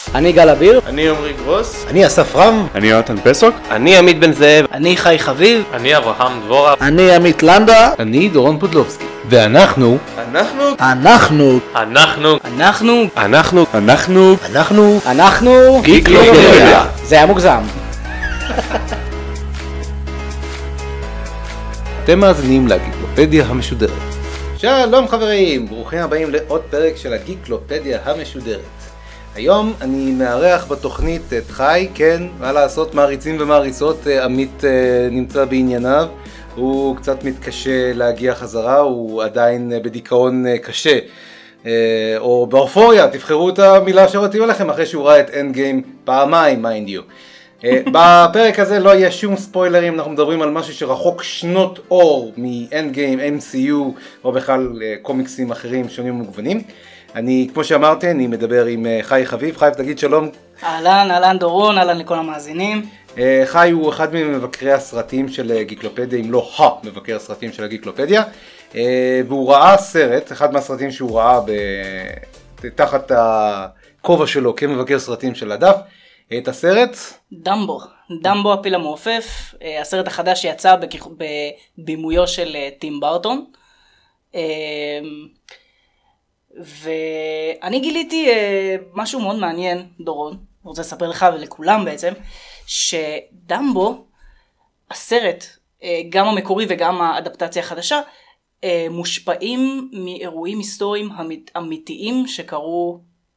אני גל אביר. אני עמרי גרוס. אני אסף רם. אני יונתן פסוק. אני עמית בן זאב. אני חי חביב. אני אברהם דבורה. אני עמית לנדה. אני דורון פודלובסקי. ואנחנו גיקלופדיה. זה היה מוגזם. אתם מאזינים לגיקלופדיה המשודרת. שלום חברים, ברוכים הבאים לעוד פרק של הגיקלופדיה המשודרת. היום אני מארח בתוכנית את חי, כן, מה לעשות, מעריצים ומעריצות, עמית נמצא בענייניו, הוא קצת מתקשה להגיע חזרה, הוא עדיין בדיכאון קשה, או באופוריה, תבחרו את המילה שרתיבה לכם אחרי שהוא ראה את אנד גיים פעמיים, מיינד יו. בפרק הזה לא יהיה שום ספוילרים, אנחנו מדברים על משהו שרחוק שנות אור מאנד גיים, MCU, או בכלל קומיקסים אחרים שונים ומגוונים. אני, כמו שאמרתי, אני מדבר עם חי חביב. חי, תגיד שלום. אהלן דורון, אהלן לכל המאזינים. חי הוא אחד ממבקרי הסרטים של גיקלופדיה, אם לא המבקר הסרטים של הגיקלופדיה, והוא ראה סרט, אחד מהסרטים שהוא ראה תחת הכובע שלו כמבקר סרטים של הדף, את הסרט דמבו הפיל המעופף, הסרט החדש שיצא בבימויו של טים ברטון. ואני גיליתי משהו מאוד מעניין, דורון, אני רוצה לספר לך ולכולם בעצם, שדמבו, הסרט, גם המקורי וגם האדפטציה החדשה, מושפעים מאירועים היסטוריים אמיתיים שקרו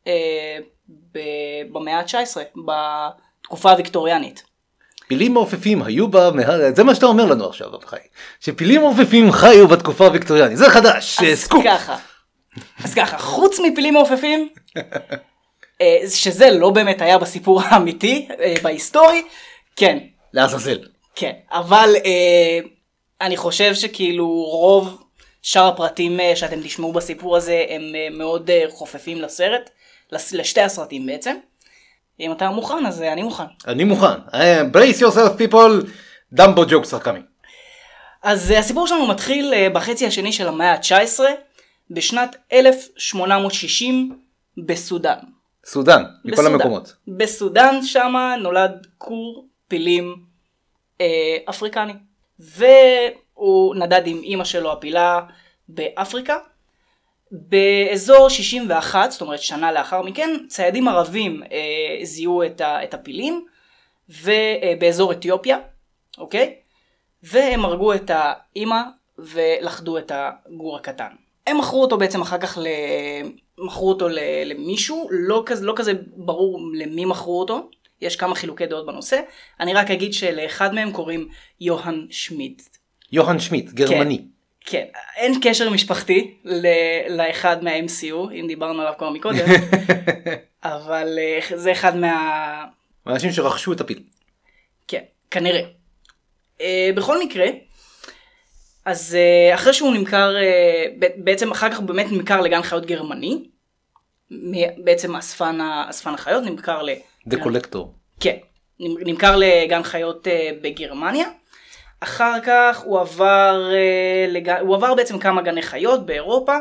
במאה ה-19, בתקופה הוויקטוריאנית. פילים מעופפים היו זה מה שאתה אומר לנו עכשיו, חי, שפילים מעופפים חיו בתקופה הוויקטוריאנית, זה חדש, סקופ. אז ככה, חוץ מפילים מעופפים, שזה לא באמת היה בסיפור האמיתי, בהיסטורי, כן. לעזאזל. כן, אבל אני חושב שכאילו רוב שאר הפרטים שאתם תשמעו בסיפור הזה, הם מאוד חופפים לסרט, לשתי הסרטים בעצם. אם אתה מוכן, אז אני מוכן. אני מוכן. Brace yourself people, Dumbo jokes are coming. אז הסיפור שלנו מתחיל בחצי השני של המאה ה-19, בשנת 1860 בסודן. סודן, מכל המקומות. בסודן שמה נולד כור פילים אפריקני. והוא נדד עם אמא שלו הפילה באפריקה. באזור 61, זאת אומרת שנה לאחר מכן, ציידים ערבים זיהו את הפילים, ובאזור אתיופיה, אוקיי? והם הרגו את האמא ולכדו את הגור הקטן. הם מכרו אותו בעצם אחר כך, מכרו אותו למישהו, לא כזה ברור למי מכרו אותו, יש כמה חילוקי דעות בנושא, אני רק אגיד שלאחד מהם קוראים יוהאן שמיט. יוהאן שמיט, גרמני. כן, אין קשר משפחתי לאחד מה-MCU, אם דיברנו עליו כבר מקודם, אבל זה אחד האנשים שרכשו את הפיל. כן, כנראה. בכל מקרה, אז אחרי שהוא נמכר, בעצם אחר כך באמת נמכר לגן חיות גרמני, בעצם אספן החיות נמכר The Collector. כן, נמכר לגן חיות בגרמניה, אחר כך הוא עבר בעצם כמה גני חיות באירופה,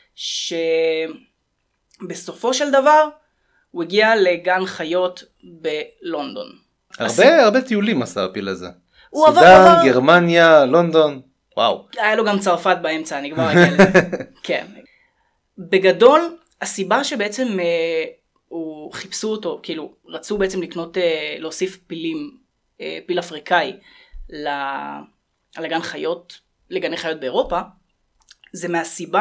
שבסופו של דבר הוא הגיע לגן חיות בלונדון. הרבה טיולים עשה הפיל הזה. סודן, עבר... גרמניה, לונדון. וואו. היה לו גם צרפת באמצע, אני כבר אגיע לזה. כן. בגדול, הסיבה שבעצם הוא חיפשו אותו, כאילו רצו בעצם לקנות, להוסיף פיל אפריקאי לגני חיות באירופה, זה מהסיבה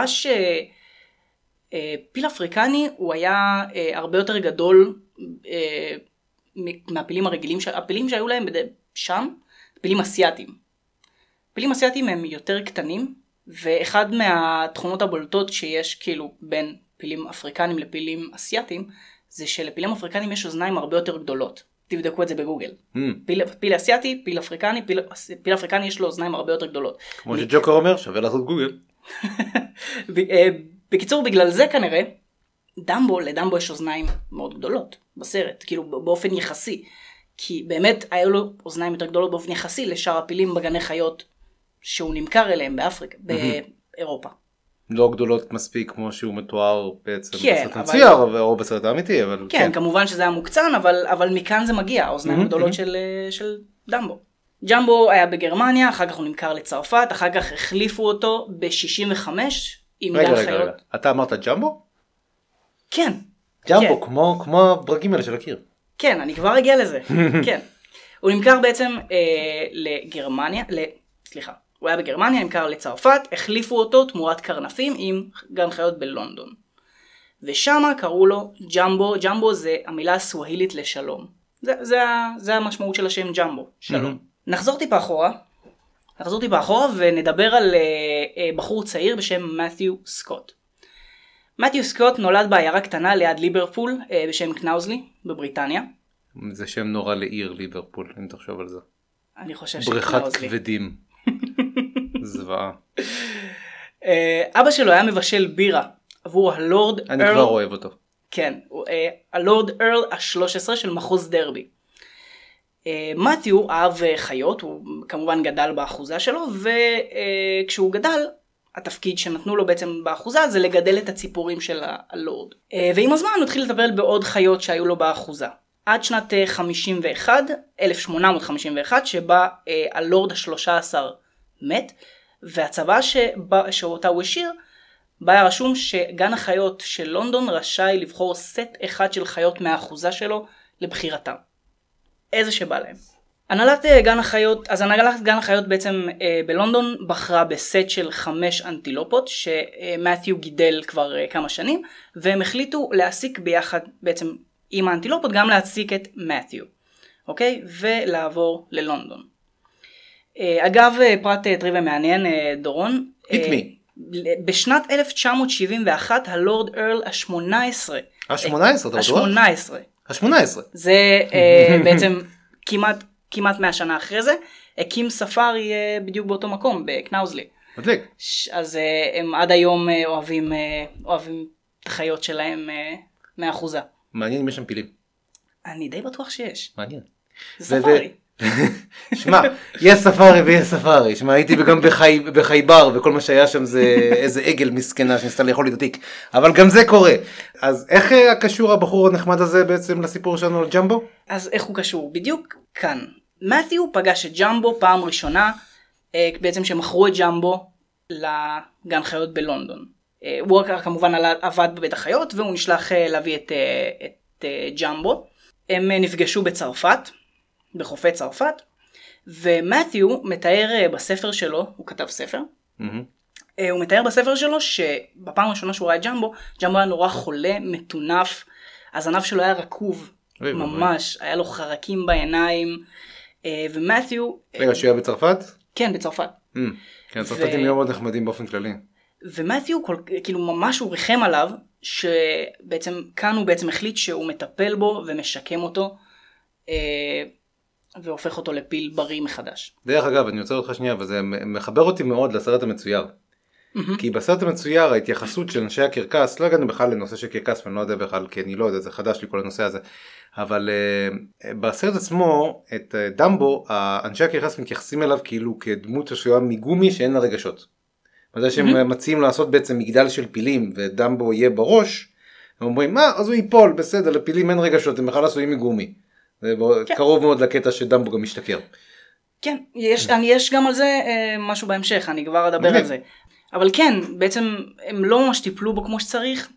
שפיל אפריקני הוא היה הרבה יותר גדול מהפילים הרגילים, הפילים שהיו להם שם, פילים אסיאטיים. פילים אסיאטיים הם יותר קטנים, ואחד מהתכונות הבולטות שיש כאילו בין פילים אפריקנים לפילים אסיאטיים, זה שלפילים אפריקנים יש אוזניים הרבה יותר גדולות. תבדקו את זה בגוגל. פיל אסיאטי, פיל אפריקני, פיל אפריקני יש לו אוזניים הרבה יותר גדולות. כמו שג'וקר אומר, שווה לעשות גוגל. בקיצור, בגלל זה כנראה, לדמבו יש אוזניים מאוד גדולות בסרט, כאילו באופן יחסי. כי באמת היו לו אוזניים יותר גדולות באופן יחסי לשאר הפילים בגני חיות שהוא נמכר אליהם באירופה. לא גדולות מספיק כמו שהוא מתואר בעצם כן, בסרט המצויר או בסרט האמיתי, אבל כן, כמובן שזה היה מוקצן, אבל מכאן זה מגיע, האוזניים הגדולות של דמבו. ג'מבו היה בגרמניה, אחר כך הוא נמכר לצרפת, אחר כך החליפו אותו ב-65 עם גן חיות. רגע, אתה אמרת ג'מבו? כן. ג'מבו, כמו הברגים האלה של הקיר. כן, אני כבר אגיע לזה. כן. הוא נמכר בעצם לגרמניה, סליחה, הוא היה בגרמניה, נמכר לצרפת, החליפו אותו תמורת קרנפים עם גן חיות בלונדון. ושם קראו לו ג'מבו, ג'מבו זה המילה הסווהילית לשלום. זה המשמעות של השם ג'מבו, שלום. נחזור טיפה אחורה ונדבר על בחור צעיר בשם מת'יו סקוט. מת'יו סקוט נולד בעיירה קטנה ליד ליברפול בשם קנאוזלי בבריטניה. זה שם נורא לעיר ליברפול, אם תחשוב על זה. אני חושב בריכת כבדים. זוועה. אבא שלו היה מבשל בירה עבור הלורד ארל. אני כבר אוהב אותו. כן, הלורד ארל ה-13 של מחוז דרבי. מת'יו אהב חיות, הוא כמובן גדל באחוזה שלו, וכשהוא גדל, התפקיד שנתנו לו בעצם באחוזה זה לגדל את הציפורים של הלורד. ועם הזמן הוא התחיל לטפל בעוד חיות שהיו לו באחוזה. עד שנת 1851, שבה הלורד ה-13 מת, והצבא שאותה הוא השאיר, בה היה רשום שגן החיות של לונדון רשאי לבחור סט אחד של חיות מהאחוזה שלו לבחירתם. איזה שבא להם. הנהלת גן החיות בעצם בלונדון בחרה בסט של 5 אנטילופות שמת'יו גידל כבר כמה שנים, והם החליטו להעסיק ביחד בעצם עם האנטילופות גם להעסיק את מת'יו, אוקיי? ולעבור ללונדון. אגב, פרט טריוויה מעניין, דורון. בשנת 1971 הלורד ארל ה-18. ה-18. זה בעצם כמעט 100 שנה אחרי זה, הקים ספארי בדיוק באותו מקום, בקנאוזלי. מדליק. אז הם עד היום אוהבים את החיות שלהם מהאחוזה. מעניין אם יש שם פילים. אני די בטוח שיש. מעניין. זה ספארי. שמע, יש ספארי ויש ספארי. שמע, הייתי גם בחייבר, וכל מה שהיה שם זה איזה עגל מסכנה שניסתה לאכול לי את התיק. אבל גם זה קורה. אז איך קשור הבחור הנחמד הזה בעצם לסיפור שלנו על ג'מבו? אז איך הוא קשור? בדיוק כאן. מת'יו פגש את ג'מבו פעם ראשונה, בעצם שמכרו את ג'מבו לגן חיות בלונדון. הוא כמובן עבד בבית החיות, והוא נשלח להביא את ג'מבו. הם נפגשו בצרפת, בחופי צרפת, ומת'יו מתאר בספר שלו, הוא כתב ספר, הוא מתאר בספר שלו שבפעם הראשונה שהוא ראה את ג'מבו, ג'מבו היה נורא חולה, מטונף, הזנב שלו היה רקוב, ממש, היה לו חרקים בעיניים, ומת'יו... רגע, שהוא היה בצרפת? כן, בצרפת. כן, הצרפתים היו מאוד נחמדים באופן כללי. ומת'יו, כאילו ממש הוא ריחם עליו, שבעצם כאן הוא בעצם החליט שהוא מטפל בו ומשקם אותו, והופך אותו לפיל בריא מחדש. דרך אגב, אני עוצר אותך שנייה, וזה מחבר אותי מאוד לסרט המצויר. כי בסרט המצויר ההתייחסות של אנשי הקרקס, לא הגענו בכלל לנושא של קרקס, ואני לא יודע בכלל, כי אני לא יודע, זה חדש לי כל הנושא הזה, אבל בסרט עצמו, את דמבו, אנשי הקרקס מתייחסים אליו כאילו כדמות עשויה מגומי שאין לה רגשות. וזה שהם מציעים לעשות בעצם מגדל של פילים, ודמבו יהיה בראש, הם אומרים, מה, אז הוא ייפול, בסדר, לפילים אין רגשות, הם בכלל עשויים מגומי. זה קרוב מאוד לקטע שדמבו גם משתכר. כן, יש גם על זה משהו בהמשך, אני כבר אדבר על זה. אבל כן, בעצם הם לא ממש טיפלו בו כמו שצריך,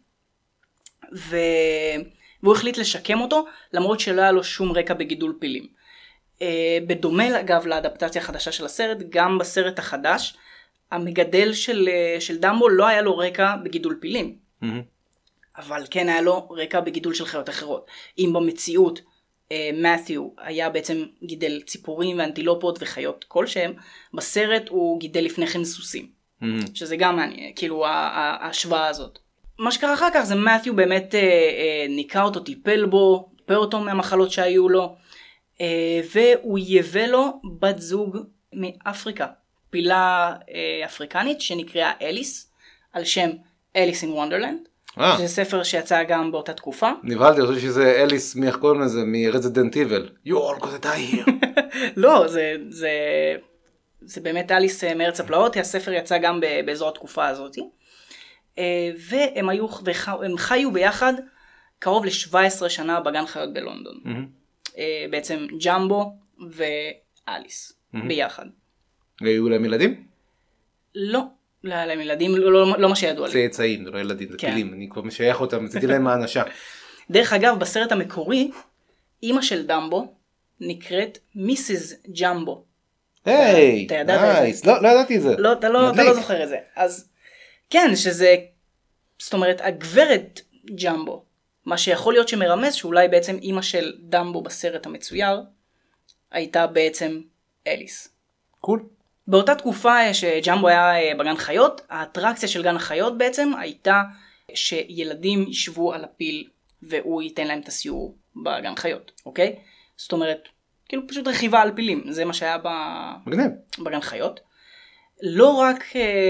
והוא החליט לשקם אותו, למרות שלא היה לו שום רקע בגידול פילים. בדומה אגב לאדפטציה החדשה של הסרט, גם בסרט החדש, המגדל של דמבו לא היה לו רקע בגידול פילים. אבל כן היה לו רקע בגידול של חיות אחרות. אם במציאות מת'יו היה בעצם גידל ציפורים ואנטילופות וחיות כלשהם, בסרט הוא גידל לפני כן סוסים. שזה גם מעניין, כאילו ההשוואה הזאת. מה שקרה אחר כך זה מת'יו באמת ניקה אותו, טיפל בו, טיפל אותו מהמחלות שהיו לו, והוא יבא לו בת זוג מאפריקה. פילה אפריקנית שנקראה אליס, על שם אליס אין וונדרלנד. שזה ספר שיצא גם באותה תקופה. נבהלתי, אני חושב שזה אליס, איך קוראים לזה, מרזידנט איבל. You all gonna die here. לא, זה באמת אליס מארץ הפלאות, הספר יצא גם באזור התקופה הזאת. והם חיו ביחד קרוב ל-17 שנה בגן חיות בלונדון. בעצם ג'מבו ואליס ביחד. והיו להם ילדים? לא, לא היה להם ילדים, לא מה שידוע לי. צאצאים, זה לא ילדים, זה פילים, אני כבר משייך אותם, עשיתי להם האנשה. דרך אגב, בסרט המקורי, אמא של דמבו נקראת מיסיס ג'מבו. היי, אתה ידעת את נייס, לא ידעתי את זה. לא, אתה לא זוכר את זה. אז כן, שזה, זאת אומרת, הגברת ג'מבו, מה שיכול להיות שמרמז שאולי בעצם אמא של דמבו בסרט המצויר, הייתה בעצם אליס. קול. באותה תקופה שג'מבו היה בגן חיות, האטרקציה של גן החיות בעצם הייתה שילדים ישבו על הפיל והוא ייתן להם את הסיור בגן חיות, אוקיי? זאת אומרת, כאילו פשוט רכיבה על פילים, זה מה שהיה בגן חיות. לא רק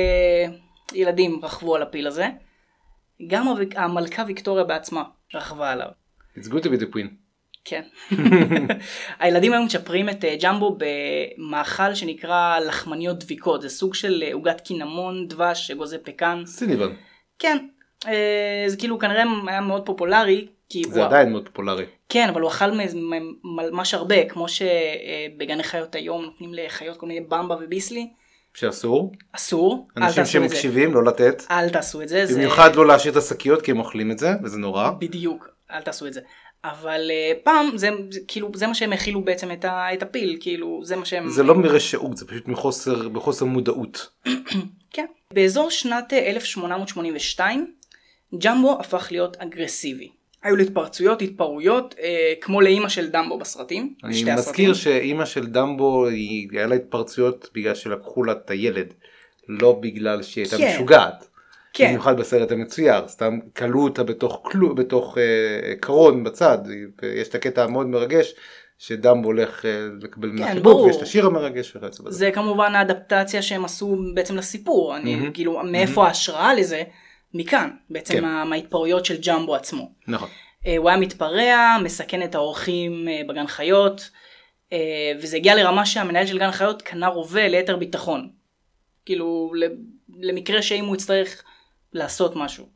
ילדים רכבו על הפיל הזה, גם המלכה ויקטוריה בעצמה רכבה עליו. It's good to be the queen. כן. הילדים היום מצ'פרים את ג'מבו במאכל שנקרא לחמניות דביקות. זה סוג של עוגת קינמון, דבש, אגוזי פקן. סיניבן. כן. זה כאילו כנראה היה מאוד פופולרי. זה עדיין מאוד פופולרי. כן, אבל הוא אכל ממש הרבה, כמו שבגני חיות היום נותנים לחיות כל מיני במבה וביסלי. שאסור? אסור. אנשים שמקשיבים, לא לתת. אל תעשו את זה. במיוחד לא להשאיר את השקיות כי הם אוכלים את זה, וזה נורא. בדיוק, אל תעשו את זה. אבל פעם זה מה שהם הכילו בעצם את הפיל, כאילו זה מה שהם... זה לא מרשעות, זה פשוט בחוסר מודעות. כן. באזור שנת 1882, ג'מבו הפך להיות אגרסיבי. היו להתפרצויות, התפרעויות, כמו לאמא של דמבו בסרטים. אני מזכיר שאמא של דמבו, היה לה התפרצויות בגלל שלקחו לה את הילד, לא בגלל שהיא הייתה משוגעת. כן. במיוחד בסרט המצויר, סתם קלו אותה בתוך קרון בצד, ויש את הקטע המאוד מרגש, שדמבו הולך לקבל מהחיבוק, ויש את השיר המרגש וכיוצא בזה. זה כמובן האדפטציה שהם עשו בעצם לסיפור, כאילו מאיפה ההשראה לזה, מכאן, בעצם מההתפרעויות של ג'מבו עצמו. נכון. הוא היה מתפרע, מסכן את האורחים בגן חיות, וזה הגיע לרמה שהמנהל של גן חיות קנה רובה ליתר ביטחון. כאילו, למקרה שאם הוא יצטרך לעשות משהו.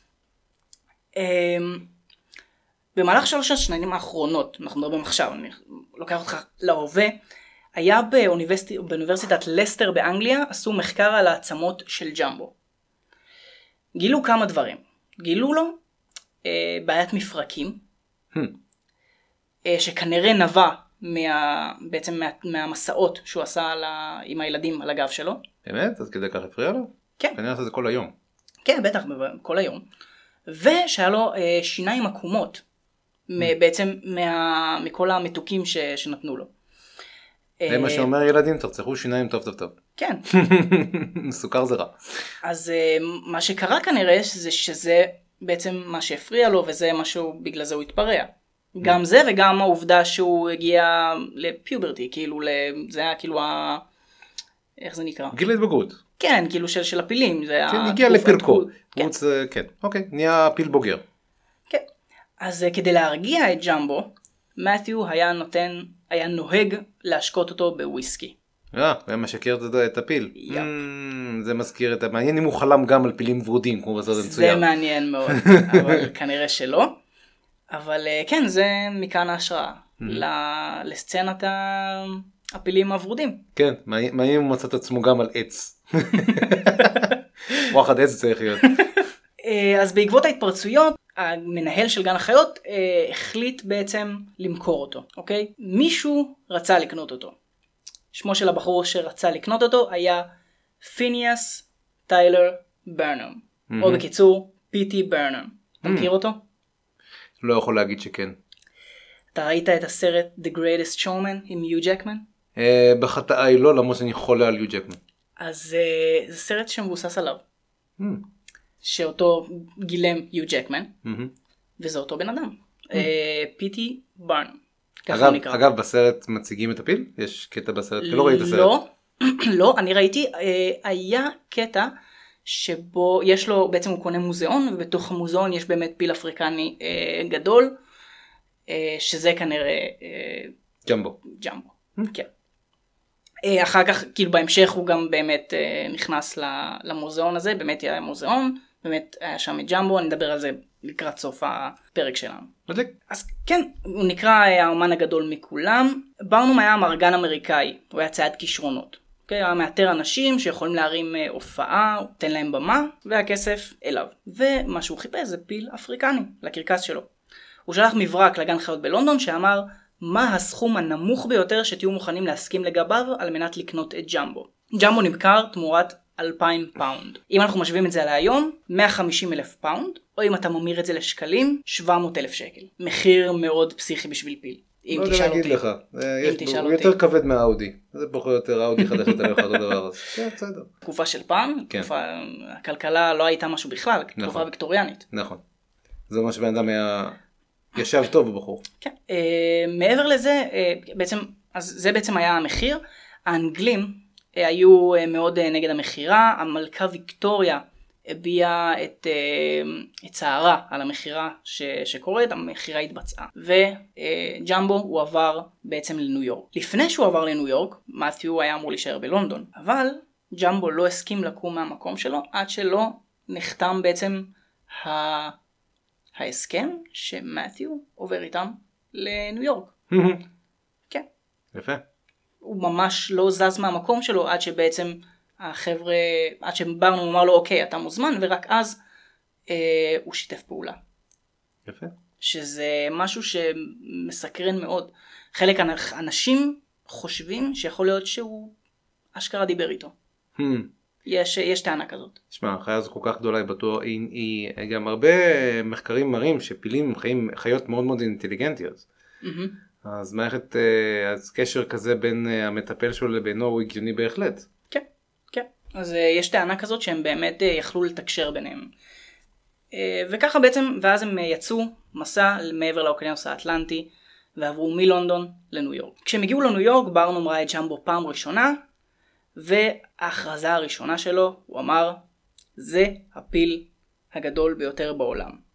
במהלך 3 השנים האחרונות, אנחנו מדברים עכשיו, אני לוקח אותך להווה, היה באוניברסיטת לסטר באנגליה, עשו מחקר על העצמות של ג'מבו. גילו כמה דברים. גילו לו בעיית מפרקים, שכנראה נבע בעצם מהמסעות שהוא עשה עם הילדים על הגב שלו. באמת? אז כדי כך הפריע לו? כן. כנראה שזה כל היום. כן, בטח, כל היום. ושהיה לו שיניים עקומות, בעצם מכל המתוקים שנתנו לו. זה מה שאומר ילדים, תרצחו שיניים טוב טוב טוב. כן. סוכר זה רע. אז מה שקרה כנראה זה שזה בעצם מה שהפריע לו, וזה משהו, בגלל זה הוא התפרע. גם זה וגם העובדה שהוא הגיע לפיוברטי, כאילו זה היה כאילו איך זה נקרא? גיל ההתבגרות. כן, כאילו של הפילים. כן, הגיע לפרקו. כן, אוקיי, נהיה פיל בוגר. כן, אז כדי להרגיע את ג'מבו, מת'יו היה נוהג להשקות אותו בוויסקי. הוא היה משקר את הפיל. זה מזכיר את המעניין אם הוא חלם גם על פילים ורודים, כמו בסרט המצויר. זה מעניין מאוד, אבל כנראה שלא. אבל כן, זה מכאן ההשראה לסצנת הפילים הוורודים. כן, מעניין אם הוא מצא את עצמו גם על עץ. וואחד עץ צריך להיות. אז בעקבות ההתפרצויות, המנהל של גן החיות החליט בעצם למכור אותו, אוקיי? מישהו רצה לקנות אותו. שמו של הבחור שרצה לקנות אותו היה פיניאס טיילר ברנם, או בקיצור פיטי ברנם. אתה מכיר אותו? לא יכול להגיד שכן. אתה ראית את הסרט The Greatest Showman עם יו ג'קמן? בחטאי לא, למרות שאני חולה על יו ג'קמן. אז זה סרט שמבוסס עליו. שאותו גילם יו ג'קמן, וזה אותו בן אדם. פיטי ברנם. אגב, בסרט מציגים את הפיל? יש קטע בסרט? לא ראית הסרט? לא, אני ראיתי, היה קטע שבו יש לו, בעצם הוא קונה מוזיאון, ובתוך המוזיאון יש באמת פיל אפריקני גדול, שזה כנראה ג'מבו. כן. אחר כך, כאילו בהמשך הוא גם באמת נכנס למוזיאון הזה, באמת היה מוזיאון, באמת היה שם את ג'מבו, אני אדבר על זה לקראת סוף הפרק שלנו. מדליק. אז כן, הוא נקרא האומן הגדול מכולם. ברנום היה מרגן אמריקאי, הוא היה צייד כישרונות. היה מאתר אנשים שיכולים להרים הופעה, תן להם במה, והכסף אליו. ומה שהוא חיפש זה פיל אפריקני לקרקס שלו. הוא שלח מברק לגן חיות בלונדון שאמר, מה הסכום הנמוך ביותר שתהיו מוכנים להסכים לגביו על מנת לקנות את ג'מבו. ג'מבו נמכר תמורת 2,000 פאונד. אם אנחנו משווים את זה להיום, 150,000 פאונד, או אם אתה ממיר את זה לשקלים, 700,000 שקל. מחיר מאוד פסיכי בשביל פיל. אם תשאל אותי. לך, הוא יותר כבד מהאודי, זה בוחר יותר האודי חדשת עליך אותו דבר הזה. כן, בסדר. תקופה של פעם, הכלכלה לא הייתה משהו בכלל, תקופה ויקטוריאנית. נכון. זה מה שבן אדם היה ישב טוב בבחור. כן. מעבר לזה, זה בעצם היה המחיר. האנגלים היו מאוד נגד המחירה, המלכה ויקטוריה הביעה את צערה על המחירה שקורית, המחירה התבצעה. וג'מבו הוא עבר בעצם לניו יורק. לפני שהוא עבר לניו יורק, מת'יו היה אמור להישאר בלונדון. אבל ג'מבו לא הסכים לקום מהמקום שלו, עד שלא נחתם בעצם ההסכם שמת'יו עובר איתם לניו יורק. כן. יפה. הוא ממש לא זז מהמקום שלו עד שבעצם החבר'ה, עד שברנום אמר לו אוקיי אתה מוזמן, ורק אז הוא שיתף פעולה. יפה. שזה משהו שמסקרן מאוד. חלק אנשים חושבים שיכול להיות שהוא אשכרה דיבר איתו. יש טענה כזאת. תשמע, החיה הזו כל כך גדולה, היא בטוח, היא גם הרבה מחקרים מראים שפילים הם חיות מאוד מאוד אינטליגנטיות. אז מערכת, אז קשר כזה בין המטפל שלו לבינו הוא הגיוני בהחלט. כן, כן. אז יש טענה כזאת שהם באמת יכלו לתקשר ביניהם. וככה בעצם, ואז הם יצאו מסע מעבר לאוקיינוס האטלנטי, ועברו מלונדון לניו יורק. כשהם הגיעו לניו יורק, ברנום ראה את ג'מבו פעם ראשונה, וההכרזה הראשונה שלו, הוא אמר, זה הפיל הגדול ביותר בעולם.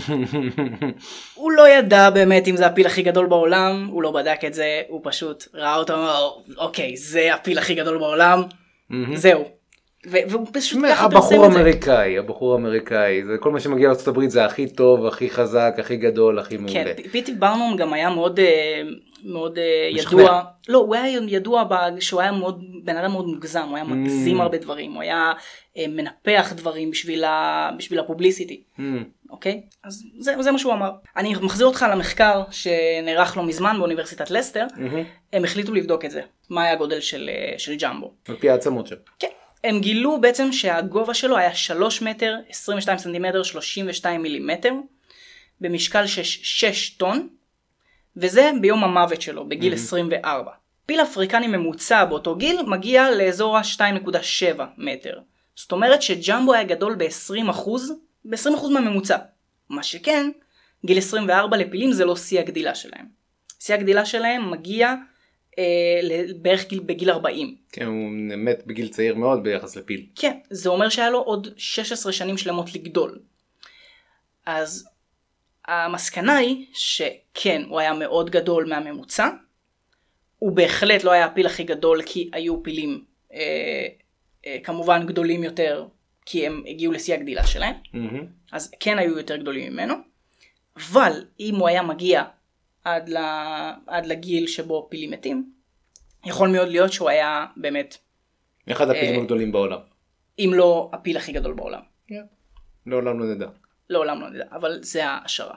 הוא לא ידע באמת אם זה הפיל הכי גדול בעולם, הוא לא בדק את זה, הוא פשוט ראה אותו, אמר, אוקיי, זה הפיל הכי גדול בעולם, זהו. והוא פשוט ככה פרסם את זה. הבחור האמריקאי, זה כל מה שמגיע לארצות הברית, זה הכי טוב, הכי חזק, הכי גדול, הכי מעולה. כן, פיטי ברנום גם היה מאוד ידוע, לא, הוא היה ידוע שהוא היה בן אדם מאוד מוגזם, הוא היה מגזים הרבה דברים, הוא היה מנפח דברים בשביל הפובליסיטי. אוקיי? אז זה מה שהוא אמר. אני מחזיר אותך למחקר שנערך לא מזמן באוניברסיטת לסטר. הם החליטו לבדוק את זה. מה היה הגודל של ג'מבו. על פי העצמות שלו. כן. הם גילו בעצם שהגובה שלו היה 3 מטר, 22 סנטימטר, 32 מילימטר, במשקל 6 טון, וזה ביום המוות שלו, בגיל 24. פיל אפריקני ממוצע באותו גיל מגיע לאזור ה-2.7 מטר. זאת אומרת שג'מבו היה גדול ב-20% מהממוצע. מה שכן, גיל 24 לפילים זה לא שיא הגדילה שלהם. שיא הגדילה שלהם מגיע בערך בגיל 40. כן, הוא מת בגיל צעיר מאוד ביחס לפיל. כן, זה אומר שהיה לו עוד 16 שנים שלמות לגדול. אז המסקנה היא שכן, הוא היה מאוד גדול מהממוצע. הוא בהחלט לא היה הפיל הכי גדול כי היו פילים כמובן גדולים יותר כי הם הגיעו לשיא הגדילה שלהם. אז כן היו יותר גדולים ממנו. אבל אם הוא היה מגיע עד לגיל שבו פילים מתים, יכול מאוד להיות שהוא היה באמת אחד הפילים הגדולים בעולם. אם לא הפיל הכי גדול בעולם. לעולם לא נדע. לעולם לא נדע, אבל זה ההשערה.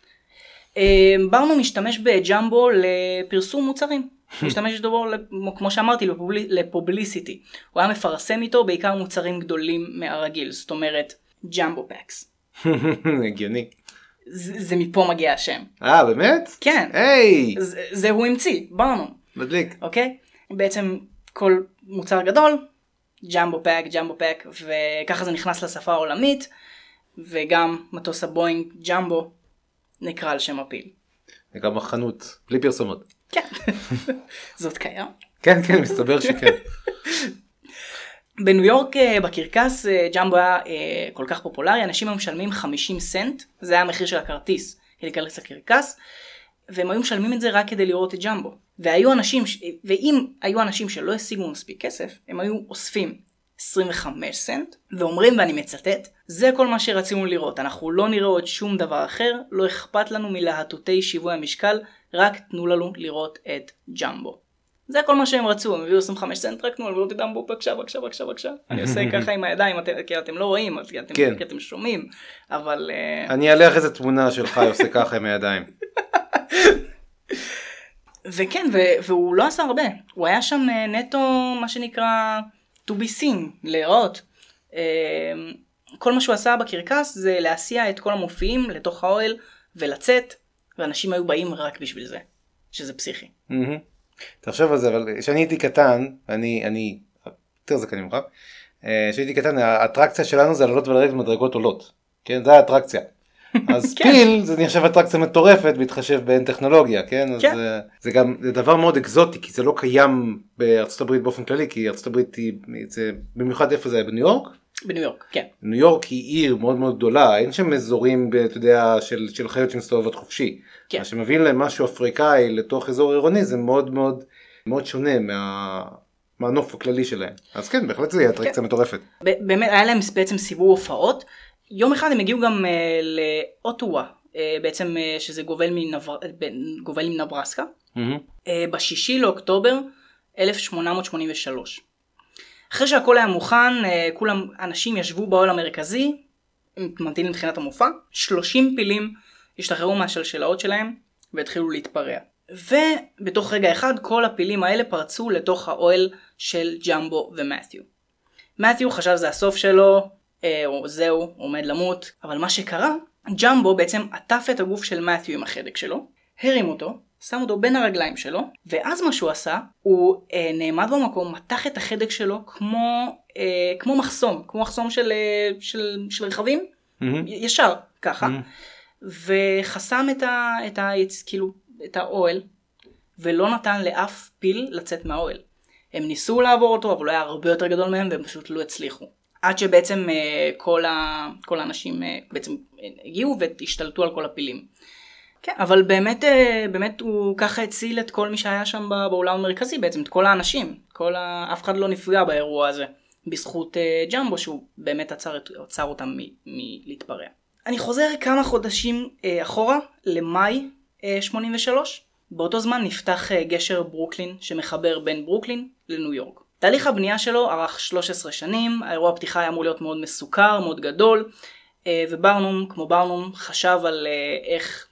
ברנום משתמש בג'מבו לפרסום מוצרים. משתמש בו, כמו שאמרתי, לפובליסיטי. הוא היה מפרסם איתו בעיקר מוצרים גדולים מהרגיל, זאת אומרת ג'מבו פקס. הגיוני. זה מפה מגיע השם. באמת? כן. היי! זה הוא המציא, ברנום. מדליק. אוקיי? בעצם כל מוצר גדול, ג'מבו פק, וככה זה נכנס לשפה העולמית, וגם מטוס הבואינג ג'מבו נקרא על שם הפיל. וגם החנות, בלי פרסומות. כן. זאת קיים? כן, מסתבר שכן. בניו יורק בקרקס ג'מבו היה כל כך פופולרי, אנשים היו משלמים 50 סנט, זה היה המחיר של הכרטיס כדי להיכנס לקרקס, והם היו משלמים את זה רק כדי לראות את ג'מבו. ואם היו אנשים שלא השיגו מספיק כסף, הם היו אוספים 25 סנט, ואומרים, ואני מצטט, זה כל מה שרצינו לראות, אנחנו לא נראה עוד שום דבר אחר, לא אכפת לנו מלהטוטי שיווי המשקל, רק תנו לנו לראות את ג'מבו. זה כל מה שהם רצו, הם הביאו 25 סנט, רק תנו לנו לראות את ג'מבו, בבקשה, בבקשה, בבקשה, בבקשה. אני עושה ככה עם הידיים, כי אתם לא רואים, כי אתם שומעים, אבל... אני אעלה לך איזה תמונה שלך, עושה ככה עם הידיים. וכן, והוא לא עשה הרבה, הוא היה שם נטו, מה שנקרא, to be seen, להיראות. כל מה שהוא עשה בקרקס זה להסיע את כל המופיעים לתוך האוהל ולצאת, ואנשים היו באים רק בשביל זה, שזה פסיכי. תחשוב על זה, אבל כשאני הייתי קטן, אני יותר זקן ממך, כשהייתי קטן, האטרקציה שלנו זה לעלות ולרדת מדרגות עולות, כן? זה האטרקציה. אז פיל זה נחשב אטרקציה מטורפת בהתחשב בין טכנולוגיה, כן? אז זה גם דבר מאוד אקזוטי, כי זה לא קיים בארצות הברית באופן כללי, כי ארצות הברית היא, במיוחד איפה זה היה? בניו יורק? בניו יורק, כן. ניו יורק היא עיר מאוד מאוד גדולה, אין שם אזורים, אתה יודע, של חיות שמסתובבות חופשי. כן. מה שמביא להם משהו אפריקאי לתוך אזור עירוני, זה מאוד מאוד מאוד שונה מהנוף הכללי שלהם. אז כן, בהחלט זה יהיה אטרקציה מטורפת. באמת, היה להם בעצם סיבוב הופעות. יום אחד הם הגיעו גם לאוטווה, בעצם שזה גובל עם נברסקה, ב6 לאוקטובר 1883. אחרי שהכל היה מוכן, כולם אנשים ישבו באוהל המרכזי, ממתינים לתחילת המופע, 30 פילים השתחררו מהשלשלאות שלהם והתחילו להתפרע. ובתוך רגע אחד כל הפילים האלה פרצו לתוך האוהל של ג'מבו ומת'יו. מת'יו חשב זה הסוף שלו, זהו, הוא עומד למות, אבל מה שקרה, ג'מבו בעצם עטף את הגוף של מת'יו עם החדק שלו, הרים אותו, שם אותו בין הרגליים שלו, ואז מה שהוא עשה, הוא נעמד במקום, מתח את החדק שלו כמו מחסום של רכבים, ישר, ככה, וחסם את האוהל, ולא נתן לאף פיל לצאת מהאוהל. הם ניסו לעבור אותו, אבל הוא היה הרבה יותר גדול מהם, והם פשוט לא הצליחו. עד שבעצם כל האנשים בעצם הגיעו והשתלטו על כל הפילים. כן, אבל באמת הוא ככה הציל את כל מי שהיה שם באולם המרכזי, בעצם את כל האנשים. אף אחד לא נפגע באירוע הזה, בזכות ג'מבו, שהוא באמת עצר אותם מלהתפרע. אני חוזר כמה חודשים אחורה, למאי 83. באותו זמן נפתח גשר ברוקלין, שמחבר בין ברוקלין לניו יורק. תהליך הבנייה שלו ארך 13 שנים, האירוע הפתיחה היה אמור להיות מאוד מסוכר, מאוד גדול, וברנום, כמו ברנום, חשב על איך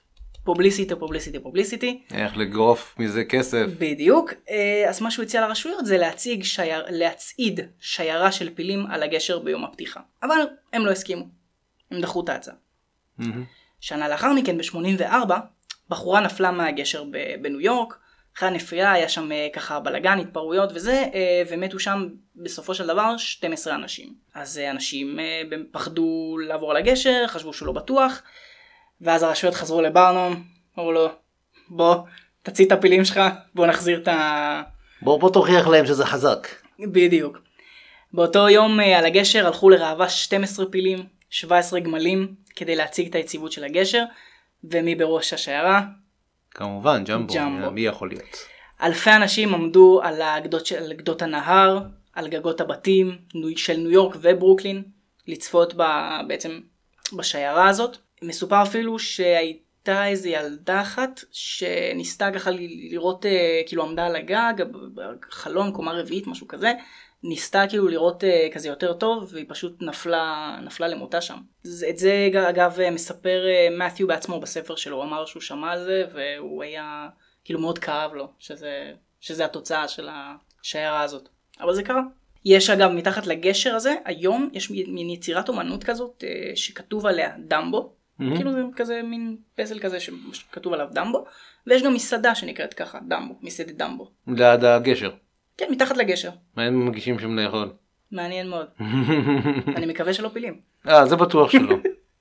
פובליסיטי. איך לגרוף מזה כסף. בדיוק. אז מה שהוא הציע לרשויות זה להצעיד שיירה של פילים על הגשר ביום הפתיחה. אבל הם לא הסכימו. הם דחו את ההצעה. שנה לאחר מכן, ב-84, בחורה נפלה מהגשר בניו יורק. אחרי הנפילה היה שם ככה בלגן, התפרעויות וזה, ומתו שם בסופו של דבר 12 אנשים. אז אנשים פחדו לעבור על הגשר, חשבו שהוא לא בטוח, ואז הרשויות חזרו לברנום, אמרו לו, בוא, תציא את הפילים שלך, בוא נחזיר את בוא תוכיח להם שזה חזק. בדיוק. באותו יום על הגשר הלכו לראווה 12 פילים, 17 גמלים, כדי להציג את היציבות של הגשר, ומי בראש השיירה? כמובן, ג'מבו. מי יכול להיות? אלפי אנשים עמדו על גדות הנהר, על גגות הבתים של ניו יורק וברוקלין, לצפות בעצם בשיירה הזאת. מסופר אפילו שהייתה איזו ילדה אחת שניסתה ככה לראות, כאילו עמדה על הגג, חלון, קומה רביעית, משהו כזה, ניסתה כאילו לראות כזה יותר טוב, והיא פשוט נפלה למותה שם. את זה אגב מספר מת'יו בעצמו בספר שלו, הוא אמר שהוא שמע על זה, והוא היה כאילו מאוד כאב לו, שזה התוצאה של השיירה הזאת. אבל זה קרה. יש אגב מתחת לגשר הזה, היום יש מין יצירת אומנות כזאת, שכתוב עליה דמבו, כאילו זה כזה מין פסל כזה שכתוב עליו דמבו, ויש גם מסעדה שנקראת ככה, דמבו, מסעדת דמבו. ליד הגשר. כן, מתחת לגשר. מה הם מגישים שם לאכול? מעניין מאוד. אני מקווה שלא פילים. זה בטוח שלא.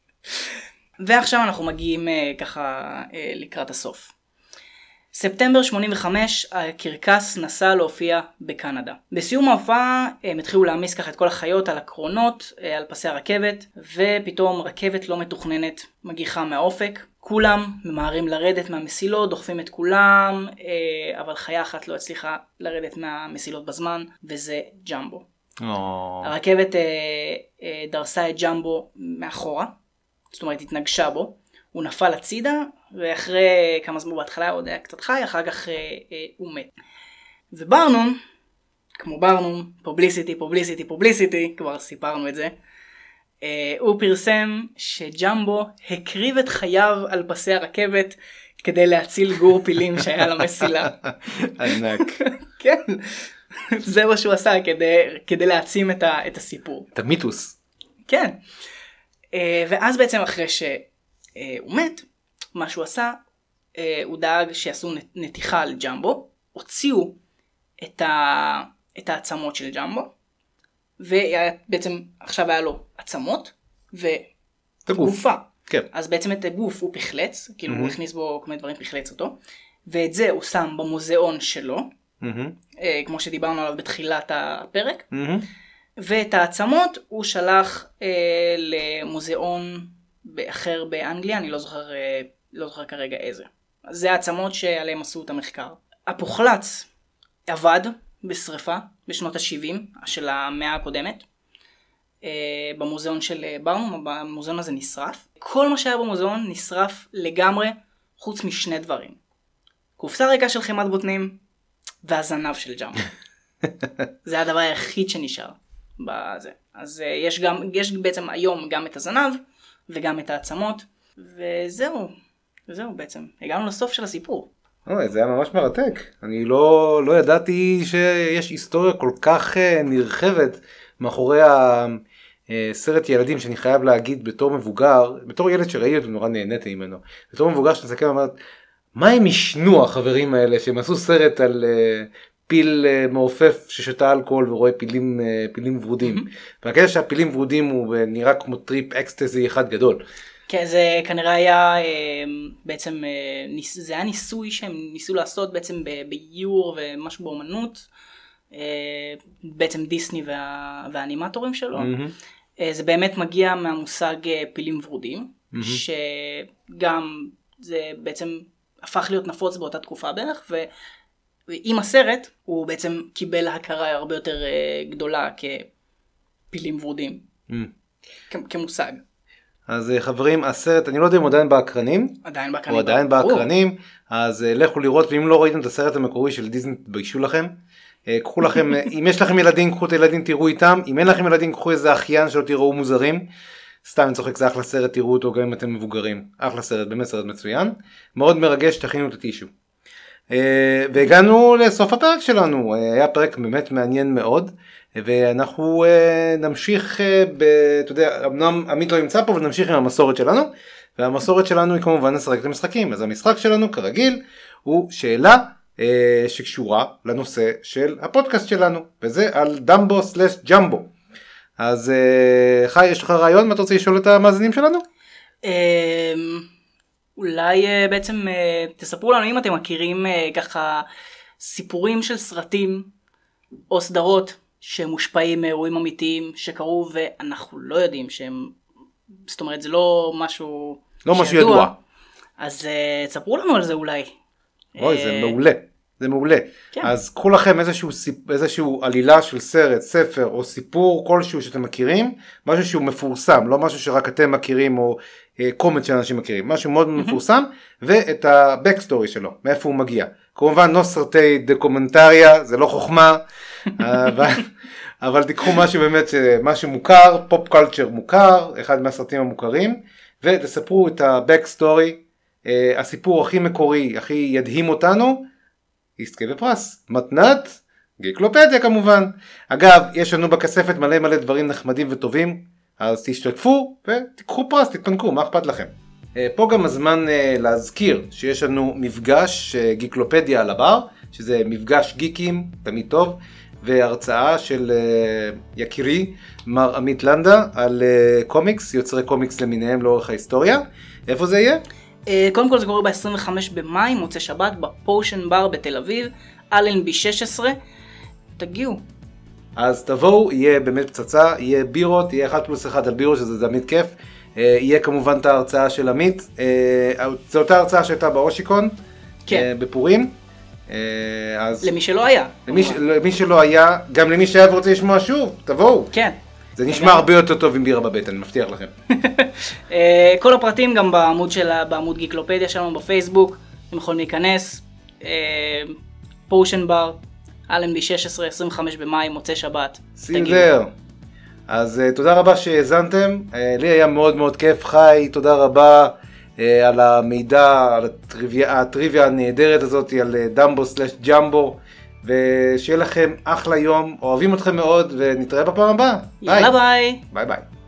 ועכשיו אנחנו מגיעים ככה לקראת הסוף. ספטמבר 85, הקרקס נסע להופיע בקנדה. בסיום ההופעה הם התחילו להעמיס ככה את כל החיות על הקרונות, על פסי הרכבת, ופתאום רכבת לא מתוכננת מגיחה מהאופק. כולם ממהרים לרדת מהמסילות, דוחפים את כולם, אבל חיה אחת לא הצליחה לרדת מהמסילות בזמן, וזה ג'מבו. הרכבת דרסה את ג'מבו מאחורה, זאת אומרת התנגשה בו, הוא נפל הצידה, ואחרי כמה זמן בהתחלה עוד היה קצת חי, אחר כך הוא מת. וברנום, כמו ברנום, פובליסיטי, כבר סיפרנו את זה, הוא פרסם שג'מבו הקריב את חייו על פסי הרכבת כדי להציל גור פילים שהיה למסילה. ענק. כן, זה מה שהוא עשה כדי להעצים את הסיפור. את המיתוס. כן. ואז בעצם אחרי שהוא מת, מה שהוא עשה, הוא דאג שיעשו נתיחה על ג'מבו, הוציאו את העצמות של ג'מבו, ובעצם עכשיו היה לו עצמות וגופה. כן. אז בעצם את הגוף הוא פחלץ, כאילו הוא הכניס בו כל מיני דברים, פחלץ אותו, ואת זה הוא שם במוזיאון שלו, כמו שדיברנו עליו בתחילת הפרק, ואת העצמות הוא שלח למוזיאון אחר באנגליה, אני לא זוכר כרגע איזה. אז זה העצמות שעליהם עשו את המחקר. הפוחלץ עבד בשריפה בשנות ה-70 של המאה הקודמת, במוזיאון של ברנום, במוזיאון הזה נשרף. כל מה שהיה במוזיאון נשרף לגמרי, חוץ משני דברים. קופסה ריקה של חמת בוטנים, והזנב של ג'מבו. זה הדבר היחיד שנשאר בזה. אז יש בעצם היום גם את הזנב, וגם את העצמות, וזהו בעצם. הגענו לסוף של הסיפור. זה היה ממש מרתק. אני לא ידעתי שיש היסטוריה כל כך נרחבת מאחורי הסרט ילדים, שאני חייב להגיד בתור מבוגר, בתור ילד שראיתי אותו נורא נהניתי ממנו, בתור מבוגר שנסכם ואמרת, מה הם ישנו החברים האלה שהם עשו סרט על פיל מעופף ששתה אלכוהול ורואה פילים ורודים. והקטע שהפילים ורודים הוא נראה כמו טריפ אקסטזי אחד גדול. כן, זה כנראה היה בעצם, זה היה ניסוי שהם ניסו לעשות בעצם באיור ומשהו באומנות, בעצם דיסני והאנימטורים שלו. זה באמת מגיע מהמושג פילים ורודים, שגם זה בעצם הפך להיות נפוץ באותה תקופה בערך, ועם הסרט הוא בעצם קיבל הכרה הרבה יותר גדולה כפילים ורודים, כמושג. אז חברים, הסרט, אני לא יודע אם הוא עדיין באקרנים. הוא עדיין באקרנים, אז לכו לראות, ואם לא ראיתם את הסרט המקורי של דיסני, תביישו לכם. קחו לכם, אם יש לכם ילדים, קחו את הילדים, תראו איתם. אם אין לכם ילדים, קחו איזה אחיין שלא תראו מוזרים. סתם אני צוחק, זה אחלה סרט, תראו אותו גם אם אתם מבוגרים. אחלה סרט, באמת סרט מצוין. מאוד מרגש, תכינו את הטישו. והגענו לסוף הפרק שלנו. היה פרק באמת מעניין מאוד. ואנחנו נמשיך, אתה יודע, אמנם עמית לא נמצא פה, ונמשיך עם המסורת שלנו. והמסורת שלנו היא כמובן לשחק את המשחקים. אז המשחק שלנו כרגיל הוא שאלה שקשורה לנושא של הפודקאסט שלנו, וזה על דמבו/ג'מבו. אז חי, יש לך רעיון מה אתה רוצה לשאול את המאזינים שלנו? אולי בעצם תספרו לנו אם אתם מכירים ככה סיפורים של סרטים או סדרות שמושפעים מאירועים אמיתיים שקרו ואנחנו לא יודעים שהם, זאת אומרת זה לא משהו ידוע. אז תספרו לנו על זה אולי. אוי, זה מעולה. זה מעולה. כן. אז קחו לכם איזשהו עלילה של סרט, ספר או סיפור כלשהו שאתם מכירים, משהו שהוא מפורסם, לא משהו שרק אתם מכירים או קומץ שאנשים מכירים, משהו מאוד מפורסם, ואת הבקסטורי שלו, מאיפה הוא מגיע. כמובן לא סרטי דוקומנטריה, זה לא חוכמה, אבל תיקחו משהו באמת, משהו מוכר, פופ קולצ'ר מוכר, אחד מהסרטים המוכרים, ותספרו את הבקסטורי, הסיפור הכי מקורי, הכי ידהים אותנו, יזכה בפרס, מתנת, גיקלופדיה כמובן. אגב, יש לנו בכספת מלא דברים נחמדים וטובים, אז תשתתפו ותיקחו פרס, תתפנקו, מה אכפת לכם? פה גם הזמן להזכיר שיש לנו מפגש גיקלופדיה על הבר, שזה מפגש גיקים, תמיד טוב, והרצאה של יקירי, מר עמית לנדה, על קומיקס, יוצרי קומיקס למיניהם לאורך ההיסטוריה. איפה זה יהיה? קודם כל זה קורה ב-25 במאי, מוצא שבת, בפושן בר בתל אביב, אלנבי 16, תגיעו. אז תבואו, יהיה באמת פצצה, יהיה בירות, יהיה 1+1 על בירות, שזה תמיד כיף. יהיה כמובן את ההרצאה של עמית, זו אותה הרצאה שהייתה באושיקון, כן. בפורים. אז למי שלא היה. למי שלא היה, גם למי שהיה ורוצה לשמוע שוב, תבואו. כן. זה נשמע הרבה יותר טוב עם בירה בבטן, אני מבטיח לכם. כל הפרטים גם בעמוד גיקלופדיה שלנו בפייסבוק, אתם יכולים להיכנס. פושן בר, אלנבי 16, 25 במאי, מוצא שבת. סילבר. אז תודה רבה שהאזנתם, לי היה מאוד מאוד כיף. חי, תודה רבה על המידע, על הטריוויה הנהדרת הזאת, על דמבו/ג'מבו, ושיהיה לכם אחלה יום, אוהבים אתכם מאוד, ונתראה בפעם הבאה. יאללה ביי. ביי ביי.